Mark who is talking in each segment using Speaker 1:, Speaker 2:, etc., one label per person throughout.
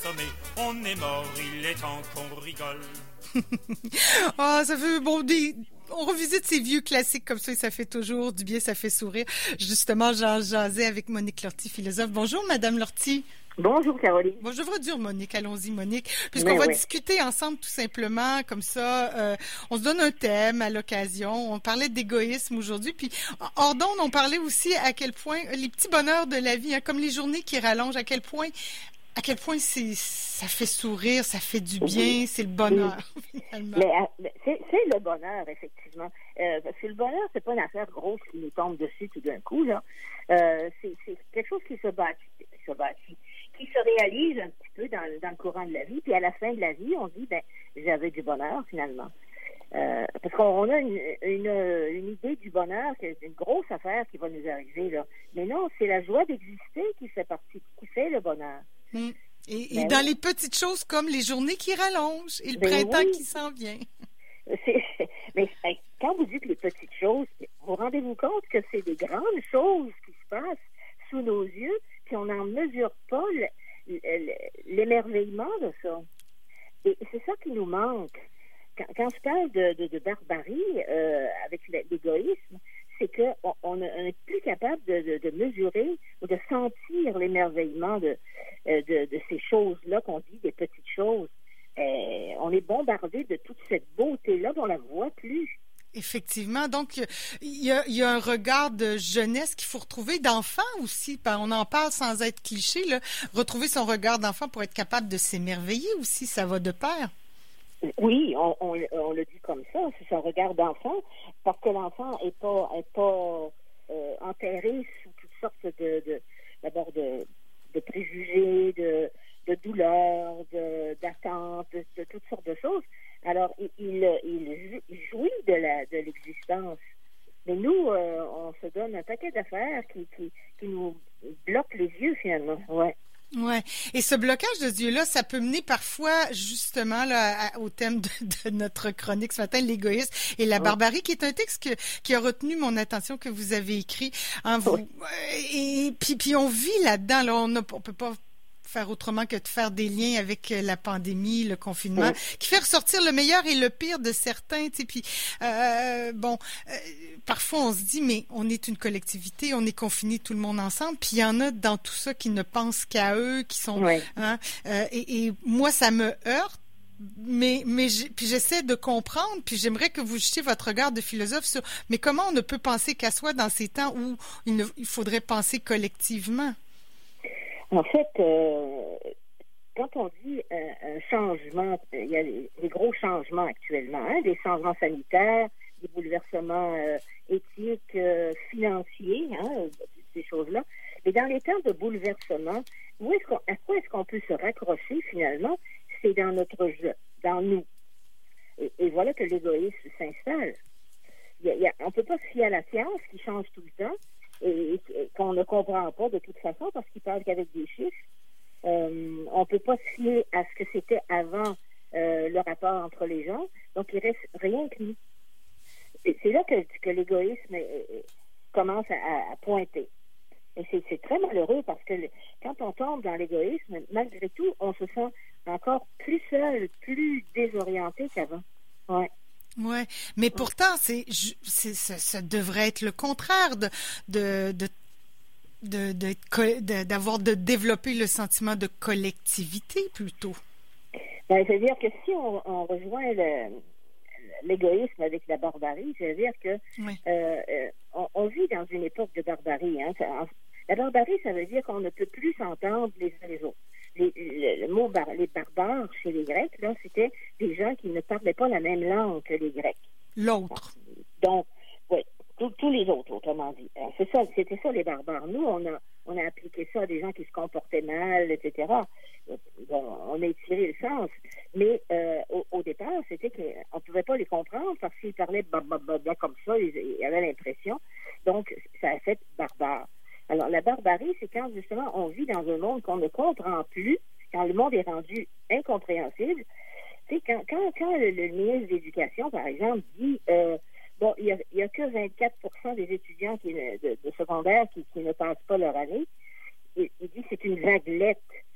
Speaker 1: consommé. On est mort, il est temps qu'on rigole.
Speaker 2: Ah, ça fait on revisite ces vieux classiques comme ça et ça fait toujours du bien, ça fait sourire. Justement, j'en jasais avec Monique Lortie, philosophe. Bonjour, Madame Lortie.
Speaker 3: Bonjour, Caroline.
Speaker 2: Bon, je devrais dire Monique, allons-y, Monique, puisqu'on va discuter ensemble tout simplement, comme ça, on se donne un thème à l'occasion. On parlait d'égoïsme aujourd'hui, puis hors d'onde, on parlait aussi à quel point les petits bonheurs de la vie, hein, comme les journées qui rallongent, à quel point ça fait sourire, ça fait du bien, c'est le bonheur, finalement.
Speaker 3: Mais c'est le bonheur, effectivement. Parce que le bonheur, c'est pas une affaire grosse qui nous tombe dessus tout d'un coup, là. C'est quelque chose qui se bâtit, qui se réalise un petit peu dans le courant de la vie, puis à la fin de la vie, on dit, j'avais du bonheur, finalement. Parce qu'on a une idée du bonheur, c'est une grosse affaire qui va nous arriver, là. Mais non, c'est la joie d'exister qui fait le bonheur.
Speaker 2: Et dans les petites choses comme les journées qui rallongent et le printemps qui s'en vient.
Speaker 3: Mais quand vous dites les petites choses, vous rendez-vous compte que c'est des grandes choses qui se passent sous nos yeux, puis on n'en mesure pas l'émerveillement de ça. Et c'est ça qui nous manque. Quand je parle de barbarie avec l'égoïsme, c'est qu'on n'est plus capable de mesurer ou de sentir l'émerveillement de ces choses-là qu'on dit, des petites choses. On est bombardé de toute cette beauté-là, on ne la voit plus.
Speaker 2: Effectivement. Donc, il y a un regard de jeunesse qu'il faut retrouver, d'enfant aussi. On en parle sans être cliché, là. Retrouver son regard d'enfant pour être capable de s'émerveiller aussi, ça va de pair.
Speaker 3: Oui, on le dit comme ça, c'est son regard d'enfant, parce que l'enfant est pas enterré sous toutes sortes d'abord de préjugés, de douleurs, d'attentes, de toutes sortes de choses. Alors, il jouit de l'existence. Mais nous, on se donne un paquet d'affaires qui nous bloquent les yeux, finalement. Ouais.
Speaker 2: Ouais. Et ce blocage de Dieu-là, ça peut mener parfois, justement, là, au thème de notre chronique ce matin, l'égoïsme et la barbarie, qui est un texte qui a retenu mon attention, que vous avez écrit. Hein, et puis on vit là-dedans, là, on peut pas faire autrement que de faire des liens avec la pandémie, le confinement, qui fait ressortir le meilleur et le pire de certains, tu sais, puis parfois on se dit, mais on est une collectivité, on est confinés tout le monde ensemble, puis il y en a dans tout ça qui ne pensent qu'à eux, qui sont, et moi ça me heurte, puis j'essaie de comprendre, puis j'aimerais que vous jetiez votre regard de philosophe sur, mais comment on ne peut penser qu'à soi dans ces temps où il faudrait penser collectivement?
Speaker 3: En fait, quand on dit un changement, il y a des gros changements actuellement, des changements sanitaires, des bouleversements éthiques, financiers, ces choses-là. Mais dans les temps de bouleversement, à quoi est-ce qu'on peut se raccrocher finalement? C'est dans notre jeu, dans nous. Et voilà que l'égoïsme s'installe. On ne peut pas se fier à la science qui change tout le temps, et qu'on ne comprend pas de toute façon parce qu'ils parlent qu'avec des chiffres. On ne peut pas se fier à ce que c'était avant le rapport entre les gens. Donc, il reste rien que nous. C'est là que l'égoïsme commence à pointer. Et c'est très malheureux parce que quand on tombe dans l'égoïsme, malgré tout, on se sent encore plus seul, plus désorienté qu'avant. Ouais.
Speaker 2: Ouais, mais pourtant ça devrait être le contraire de développer le sentiment de collectivité plutôt.
Speaker 3: C'est-à-dire que si on rejoint l'égoïsme avec la barbarie, c'est-à-dire que on vit dans une époque de barbarie. Hein. La barbarie, ça veut dire qu'on ne peut plus s'entendre les uns les autres. Le mot les barbares chez les Grecs, là, c'était des gens qui ne parlaient pas la même langue que les Grecs.
Speaker 2: L'autre.
Speaker 3: Donc, oui, tous les autres, autrement dit. C'était ça les barbares. Nous, on a appliqué ça à des gens qui se comportaient mal, etc. Bon, on a étiré le sens. Mais au départ, c'était qu'on ne pouvait pas les comprendre parce qu'ils parlaient comme ça, ils avaient l'impression. Donc, ça a fait barbare. Alors, la barbarie, c'est quand, justement, on vit dans un monde qu'on ne comprend plus, quand le monde est rendu incompréhensible. Tu sais, quand le ministre de l'Éducation, par exemple, dit il y a que 24% des étudiants de secondaire qui ne passent pas leur année, il dit que c'est une vaguelette.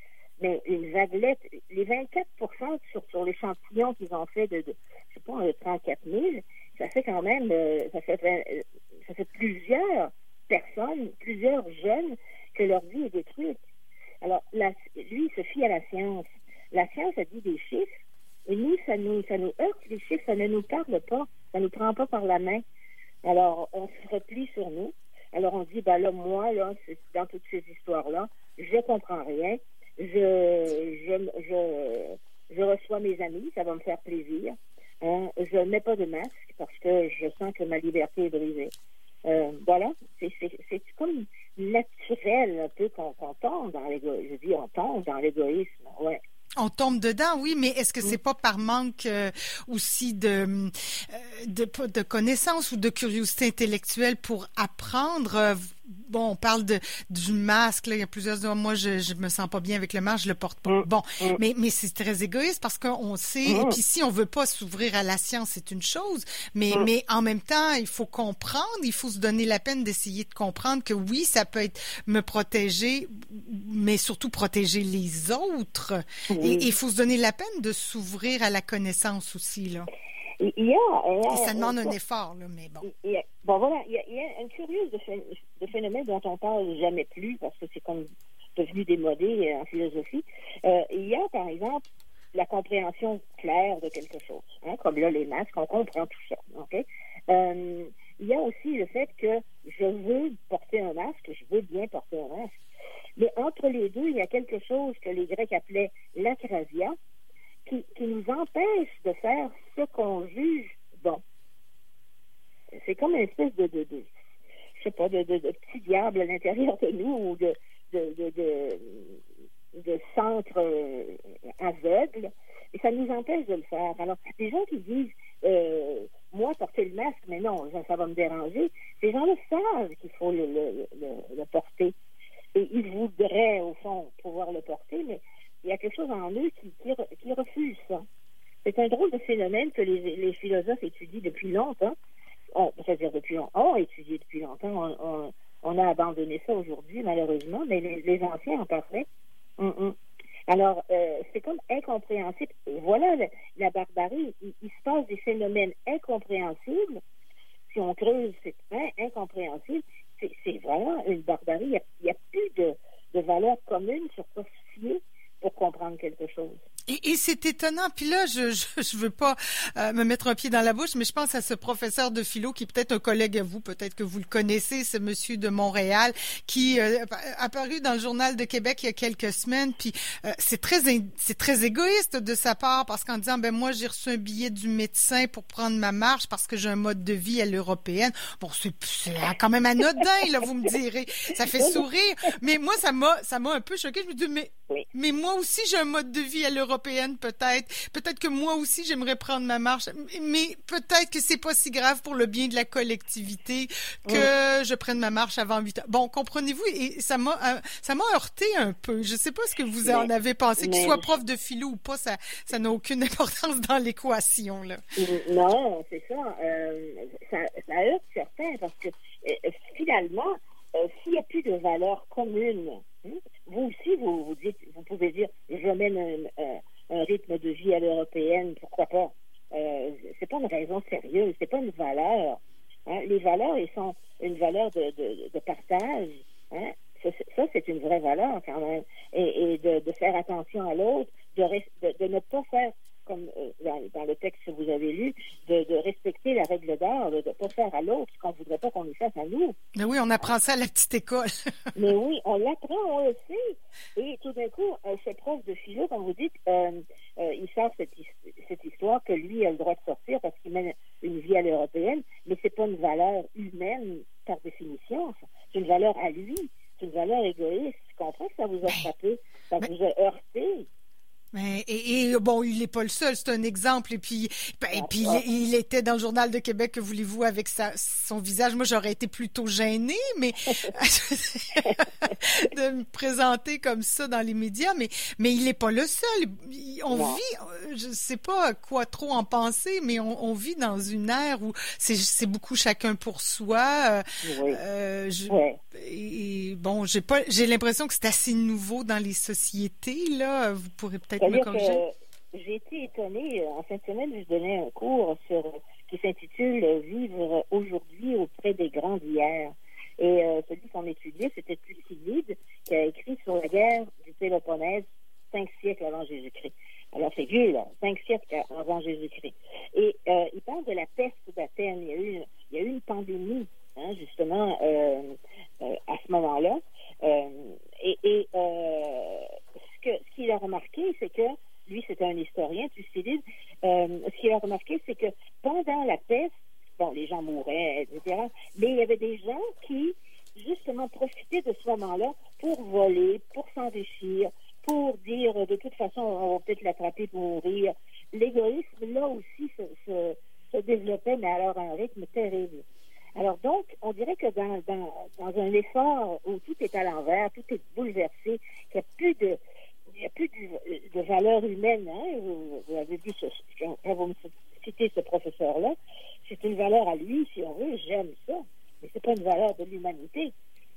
Speaker 3: mais une vaguelette, les 24% sur l'échantillon qu'ils ont fait je sais pas, 34 000, ça fait quand même, ça fait plusieurs personnes, plusieurs jeunes que leur vie est détruite. Alors, lui, il se fie à la science. La science a dit des chiffres, et nous, ça nous heurte, les chiffres, ça ne nous parle pas, ça ne nous prend pas par la main. Alors, on se replie sur nous. Alors, on dit, moi, dans toutes ces histoires-là, je comprends rien. Je reçois mes amis, ça va me faire plaisir. Je ne mets pas de masque parce que je sens que ma liberté est brisée. Voilà, c'est comme naturel un peu qu'on tombe dans l'égoïsme. Je dis, on tombe dans l'égoïsme, ouais.
Speaker 2: On tombe dedans, oui, mais est-ce que c'est pas par manque aussi de connaissances ou de curiosité intellectuelle pour apprendre? Bon, on parle du masque, là, il y a plusieurs... Moi, je me sens pas bien avec le masque, je le porte pas. Bon, mais c'est très égoïste parce qu'on sait... Et puis si on veut pas s'ouvrir à la science, c'est une chose, mais en même temps, il faut comprendre, il faut se donner la peine d'essayer de comprendre que oui, ça peut être me protéger, mais surtout protéger les autres. Et il faut se donner la peine de s'ouvrir à la connaissance aussi, là. Et ça demande un effort, là, mais bon.
Speaker 3: Il y a un curieux de phénomène dont on parle jamais plus, parce que c'est comme devenu démodé en philosophie. Il y a, par exemple, la compréhension claire de quelque chose, comme là, les masques, on comprend tout ça, OK? Il y a aussi le fait que je veux porter un masque, je veux bien porter un masque. Mais entre les deux, il y a quelque chose que les Grecs appelaient l'akrasia, qui nous empêche de faire ce qu'on juge bon. C'est comme une espèce de petit diable à l'intérieur de nous ou de centre aveugle, et ça nous empêche de le faire. Alors, les gens qui disent moi, porter le masque, mais non, ça va me déranger, ces gens-là savent qu'il faut le porter. Et ils voudraient, au fond, pouvoir le porter, mais il y a quelque chose en eux qui refuse ça. C'est un drôle de phénomène que les philosophes étudient depuis longtemps. On étudié depuis longtemps. On a abandonné ça aujourd'hui, malheureusement, mais les anciens en parlaient. Alors, c'est comme incompréhensible. Voilà, la barbarie, il se passe des phénomènes incompréhensibles. Si on creuse, c'est incompréhensible. C'est vraiment une barbarie. Il n'y a plus de valeur commune sur quoi se fier pour comprendre quelque chose.
Speaker 2: Et c'est étonnant. Puis là, je veux pas me mettre un pied dans la bouche, mais je pense à ce professeur de philo qui est peut-être un collègue à vous, peut-être que vous le connaissez, ce monsieur de Montréal, qui apparu dans le Journal de Québec il y a quelques semaines. Puis c'est très égoïste de sa part, parce qu'en disant, moi j'ai reçu un billet du médecin pour prendre ma marche parce que j'ai un mode de vie à l'européenne. Bon, c'est quand même anodin, là, vous me direz. Ça fait sourire. Mais moi, ça m'a un peu choqué. Je me dis, mais moi aussi j'ai un mode de vie à l'européenne, peut-être que moi aussi j'aimerais prendre ma marche, mais peut-être que c'est pas si grave pour le bien de la collectivité que je prenne ma marche avant 8 heures. Bon, comprenez-vous, et ça m'a heurté un peu. Je sais pas ce que vous en avez pensé, qu'il soit prof de philo ou pas, ça n'a aucune importance dans l'équation, là.
Speaker 3: Non, c'est ça. Ça heurte certains, parce que finalement, s'il n'y a plus de valeurs communes, vous aussi, vous pouvez dire, je mène un rythme de vie à l'européenne, pourquoi pas? C'est pas une raison sérieuse, c'est pas une valeur. Les valeurs, elles sont une valeur de partage. Ça, c'est une vraie valeur quand même. Et de faire attention à l'autre, de ne pas faire comme dans le texte que vous avez lu, de respecter la règle d'or, de ne pas faire à l'autre ce qu'on ne voudrait pas qu'on lui fasse à nous.
Speaker 2: Mais oui, on apprend ça à la petite école.
Speaker 3: Mais oui, on l'apprend, on le sait. Et tout d'un coup, ce prof de philo, comme vous dites, il sort cette histoire que lui a le droit de sortir parce qu'il mène une vie à l'européenne, mais c'est pas une valeur humaine par définition. C'est une valeur à lui. C'est une valeur égoïste. Je comprends que ça vous a frappé, ça vous a heurté.
Speaker 2: Et bon, il n'est pas le seul, c'est un exemple. Et puis il était dans le Journal de Québec, que voulez-vous, avec son visage. Moi, j'aurais été plutôt gênée, mais de me présenter comme ça dans les médias. Mais il n'est pas le seul. On vit, je sais pas quoi trop en penser, mais on vit dans une ère où c'est beaucoup chacun pour soi.
Speaker 3: Oui.
Speaker 2: Et bon, j'ai l'impression que c'est assez nouveau dans les sociétés, là. Vous pourrez peut-être me corriger.
Speaker 3: J'ai été étonnée. En fin de semaine, je donnais un cours qui s'intitule « Vivre aujourd'hui auprès des grands d'hier ». Et celui qu'on étudiait, c'était Thucydide, qui a écrit sur la guerre du Péloponnèse 5 siècles avant Jésus-Christ. Alors, c'est vieux, là, 5 siècles avant Jésus-Christ. Et il parle de la peste d'Athènes. Il y a eu une pandémie, hein, justement, à ce moment-là. Ce qu'il a remarqué, c'est que, lui, c'était un historien, Thucydide, ce qu'il a remarqué, c'est que pendant la peste, bon, les gens mouraient, etc., mais il y avait des gens qui, justement, profitaient de ce moment-là pour voler, pour s'enrichir, pour dire, de toute façon, on va peut-être l'attraper pour mourir. L'égoïsme, là aussi, se développait, mais alors à un rythme terrible. Alors donc, on dirait que dans un effort où tout est à l'envers, tout est bouleversé, qu'il n'y a plus de valeur humaine, hein, vous avez vu, quand vous me citez ce professeur-là, c'est une valeur à lui, si on veut, j'aime ça, mais c'est pas une valeur de l'humanité.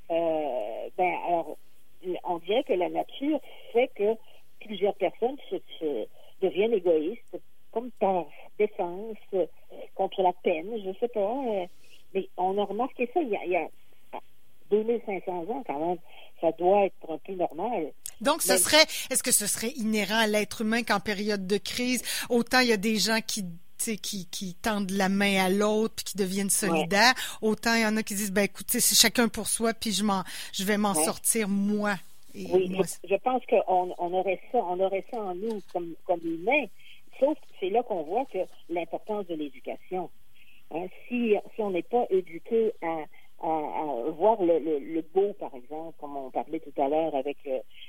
Speaker 3: Alors, on dirait que la nature fait que plusieurs personnes deviennent égoïstes, comme par défense, contre la peine, je sais pas, mais on a remarqué ça il y a 2500 ans quand même. Ça doit être un peu normal.
Speaker 2: Donc, est-ce que ce serait inhérent à l'être humain qu'en période de crise, autant il y a des gens qui tendent la main à l'autre puis qui deviennent solidaires, autant il y en a qui disent, ben écoutez, c'est chacun pour soi puis je vais m'en sortir moi.
Speaker 3: Et moi, je pense qu'on aurait ça en nous comme humains, sauf que c'est là qu'on voit que l'importance de l'éducation. Hein, si on n'est pas éduqué à voir le beau, par exemple, comme on parlait tout à l'heure avec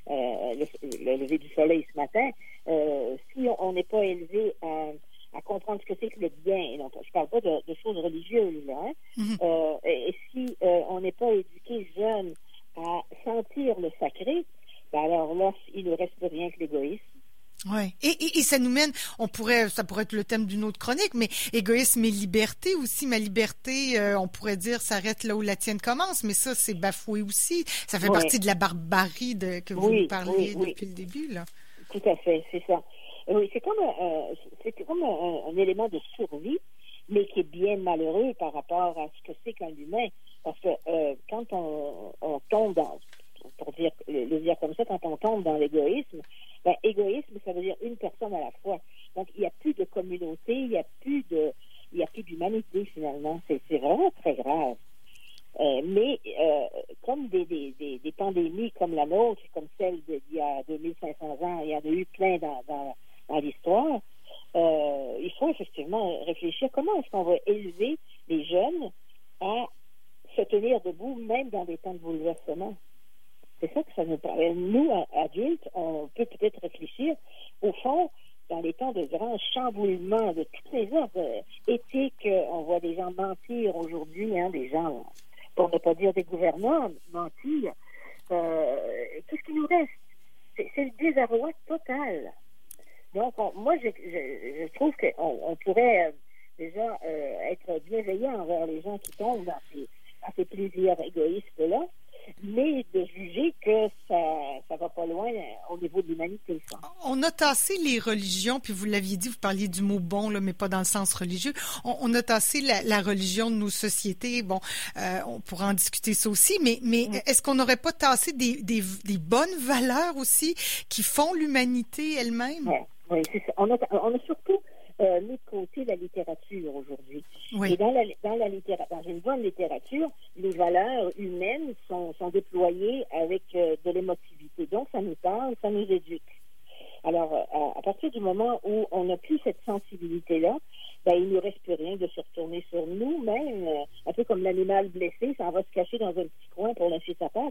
Speaker 3: le lever du soleil ce matin, si on n'est pas élevé à comprendre ce que c'est que le bien, et non, je parle pas de choses religieuses, là, hein, et si on n'est pas éduqué jeune à sentir le sacré, ben alors là, il ne reste plus rien que l'égoïsme.
Speaker 2: Oui. Et ça nous mène, ça pourrait être le thème d'une autre chronique, mais égoïsme et liberté aussi. Ma liberté, on pourrait dire, s'arrête là où la tienne commence, mais ça, c'est bafoué aussi. Ça fait partie de la barbarie que vous nous parlez depuis le début, là.
Speaker 3: Tout à fait, c'est ça. Oui, c'est comme un élément de survie, mais qui est bien malheureux par rapport à ce que c'est qu'un humain. Parce que quand on tombe pour le dire comme ça, quand on tombe dans l'égoïsme, ben, égoïsme, ça veut dire une personne à la fois. Donc, il n'y a plus de communauté, il n'y a plus d'humanité, finalement. C'est vraiment très grave. Mais comme des pandémies comme la nôtre, comme celle d'il y a 2500 ans, il y en a eu plein dans l'histoire, il faut effectivement réfléchir comment est-ce qu'on va élever les jeunes à se tenir debout, même dans des temps de bouleversement. C'est ça que ça nous parle. Nous, adultes, on peut peut-être réfléchir, au fond, dans les temps de grands chamboulements de toutes les ordres éthiques, on voit des gens mentir aujourd'hui, hein, des gens, pour ne pas dire des gouvernants, mentir. Qu'est-ce qui nous reste? C'est le désarroi total. Donc, moi, je trouve qu'on pourrait déjà être bienveillant envers les gens qui tombent dans ces plaisirs égoïstes-là, mais de juger que ça va pas loin au niveau de l'humanité, ça.
Speaker 2: On a tassé les religions, puis vous l'aviez dit, vous parliez du mot bon, là, mais pas dans le sens religieux. On a tassé la religion de nos sociétés. Bon, on pourra en discuter ça aussi, mais est-ce qu'on n'aurait pas tassé des bonnes valeurs aussi qui font l'humanité elle-même?
Speaker 3: Oui, c'est ça. On a surtout mis de côté la littérature aujourd'hui.
Speaker 2: Oui.
Speaker 3: Et dans une bonne littérature, les valeurs humaines sont déployées avec de l'émotivité. Donc, ça nous parle, ça nous éduque. Alors, à partir du moment où on n'a plus cette sensibilité-là, ben, il ne nous reste plus rien de se retourner sur nous-mêmes, un peu comme l'animal blessé, ça va se cacher dans un petit coin pour lâcher sa patte.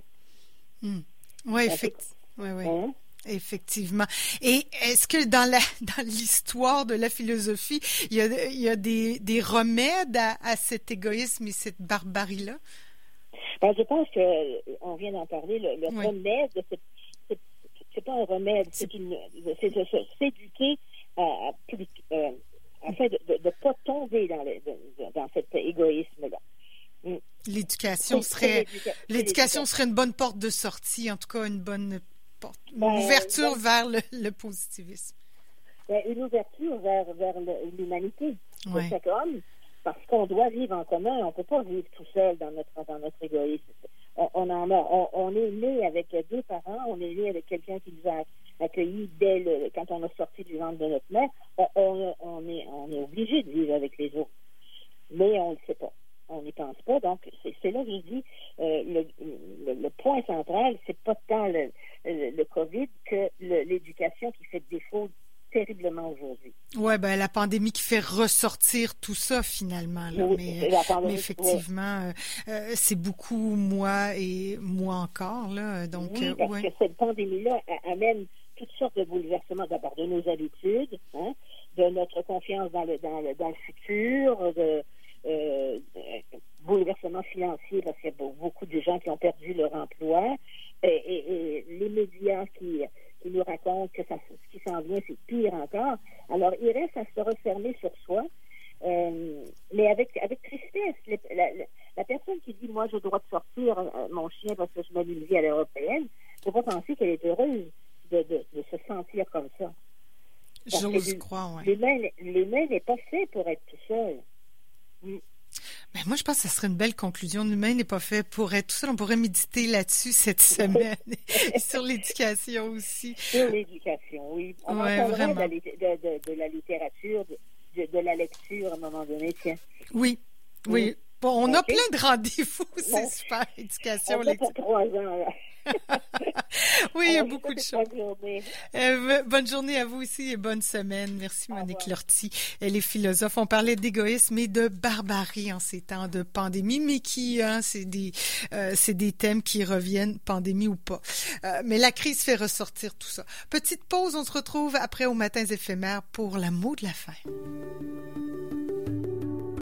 Speaker 2: Oui, effectivement. Hein? Effectivement. Et est-ce que dans l'histoire de la philosophie, il y a des remèdes à cet égoïsme et cette barbarie-là?
Speaker 3: Ben, je pense qu'on vient d'en parler. Le remède, c'est pas un remède, c'est de s'éduquer fait, de ne pas tomber dans cet égoïsme-là.
Speaker 2: L'éducation serait une bonne porte de sortie, en tout cas une bonne porte, une ouverture vers le positivisme.
Speaker 3: Une ouverture vers l'humanité de chaque homme, parce qu'on doit vivre en commun, on ne peut pas vivre tout seul dans notre égoïsme. On est né avec 2 parents, on est né avec quelqu'un qui nous a accueillis quand on a sorti du ventre de notre mère. On est obligé de vivre avec les autres, mais on ne le sait pas. On n'y pense pas. Donc, c'est là que je dis, le point central, c'est pas tant le COVID que l'éducation qui fait défaut terriblement aujourd'hui.
Speaker 2: Oui, la pandémie qui fait ressortir tout ça finalement. Là. Mais effectivement, c'est beaucoup moi encore. Là. Donc,
Speaker 3: parce que cette pandémie-là amène toutes sortes de bouleversements, d'abord de nos habitudes, de notre confiance dans le futur, bouleversements financiers parce qu'il y a beaucoup de gens qui ont perdu leur emploi et les médias qui nous racontent que ce qui s'en vient, c'est pire encore. Alors, il reste à se refermer sur soi, mais avec tristesse. La personne qui dit « Moi, j'ai le droit de sortir mon chien parce que je mène une vie à l'européenne », il ne faut pas penser qu'elle est heureuse de se sentir comme ça.
Speaker 2: J'ose croire, oui.
Speaker 3: L'humain n'est pas fait pour être tout seul.
Speaker 2: Mais moi, je pense que ce serait une belle conclusion. L'humain n'est pas fait pour être tout seul. On pourrait méditer là-dessus cette semaine et sur l'éducation aussi.
Speaker 3: Sur l'éducation, oui. On entendrait de la littérature, de la lecture à un moment donné, tiens.
Speaker 2: Oui. Bon, on a plein de rendez-vous. C'est super, éducation.
Speaker 3: On a pour 3 ans, là.
Speaker 2: Oui, il y a beaucoup de choses. Bonne journée à vous aussi et bonne semaine. Merci Monique Lortie. Elle est philosophe. On parlait d'égoïsme et de barbarie en ces temps de pandémie, mais c'est des thèmes qui reviennent, pandémie ou pas. Mais la crise fait ressortir tout ça. Petite pause, on se retrouve après aux matins éphémères pour le mot de la fin.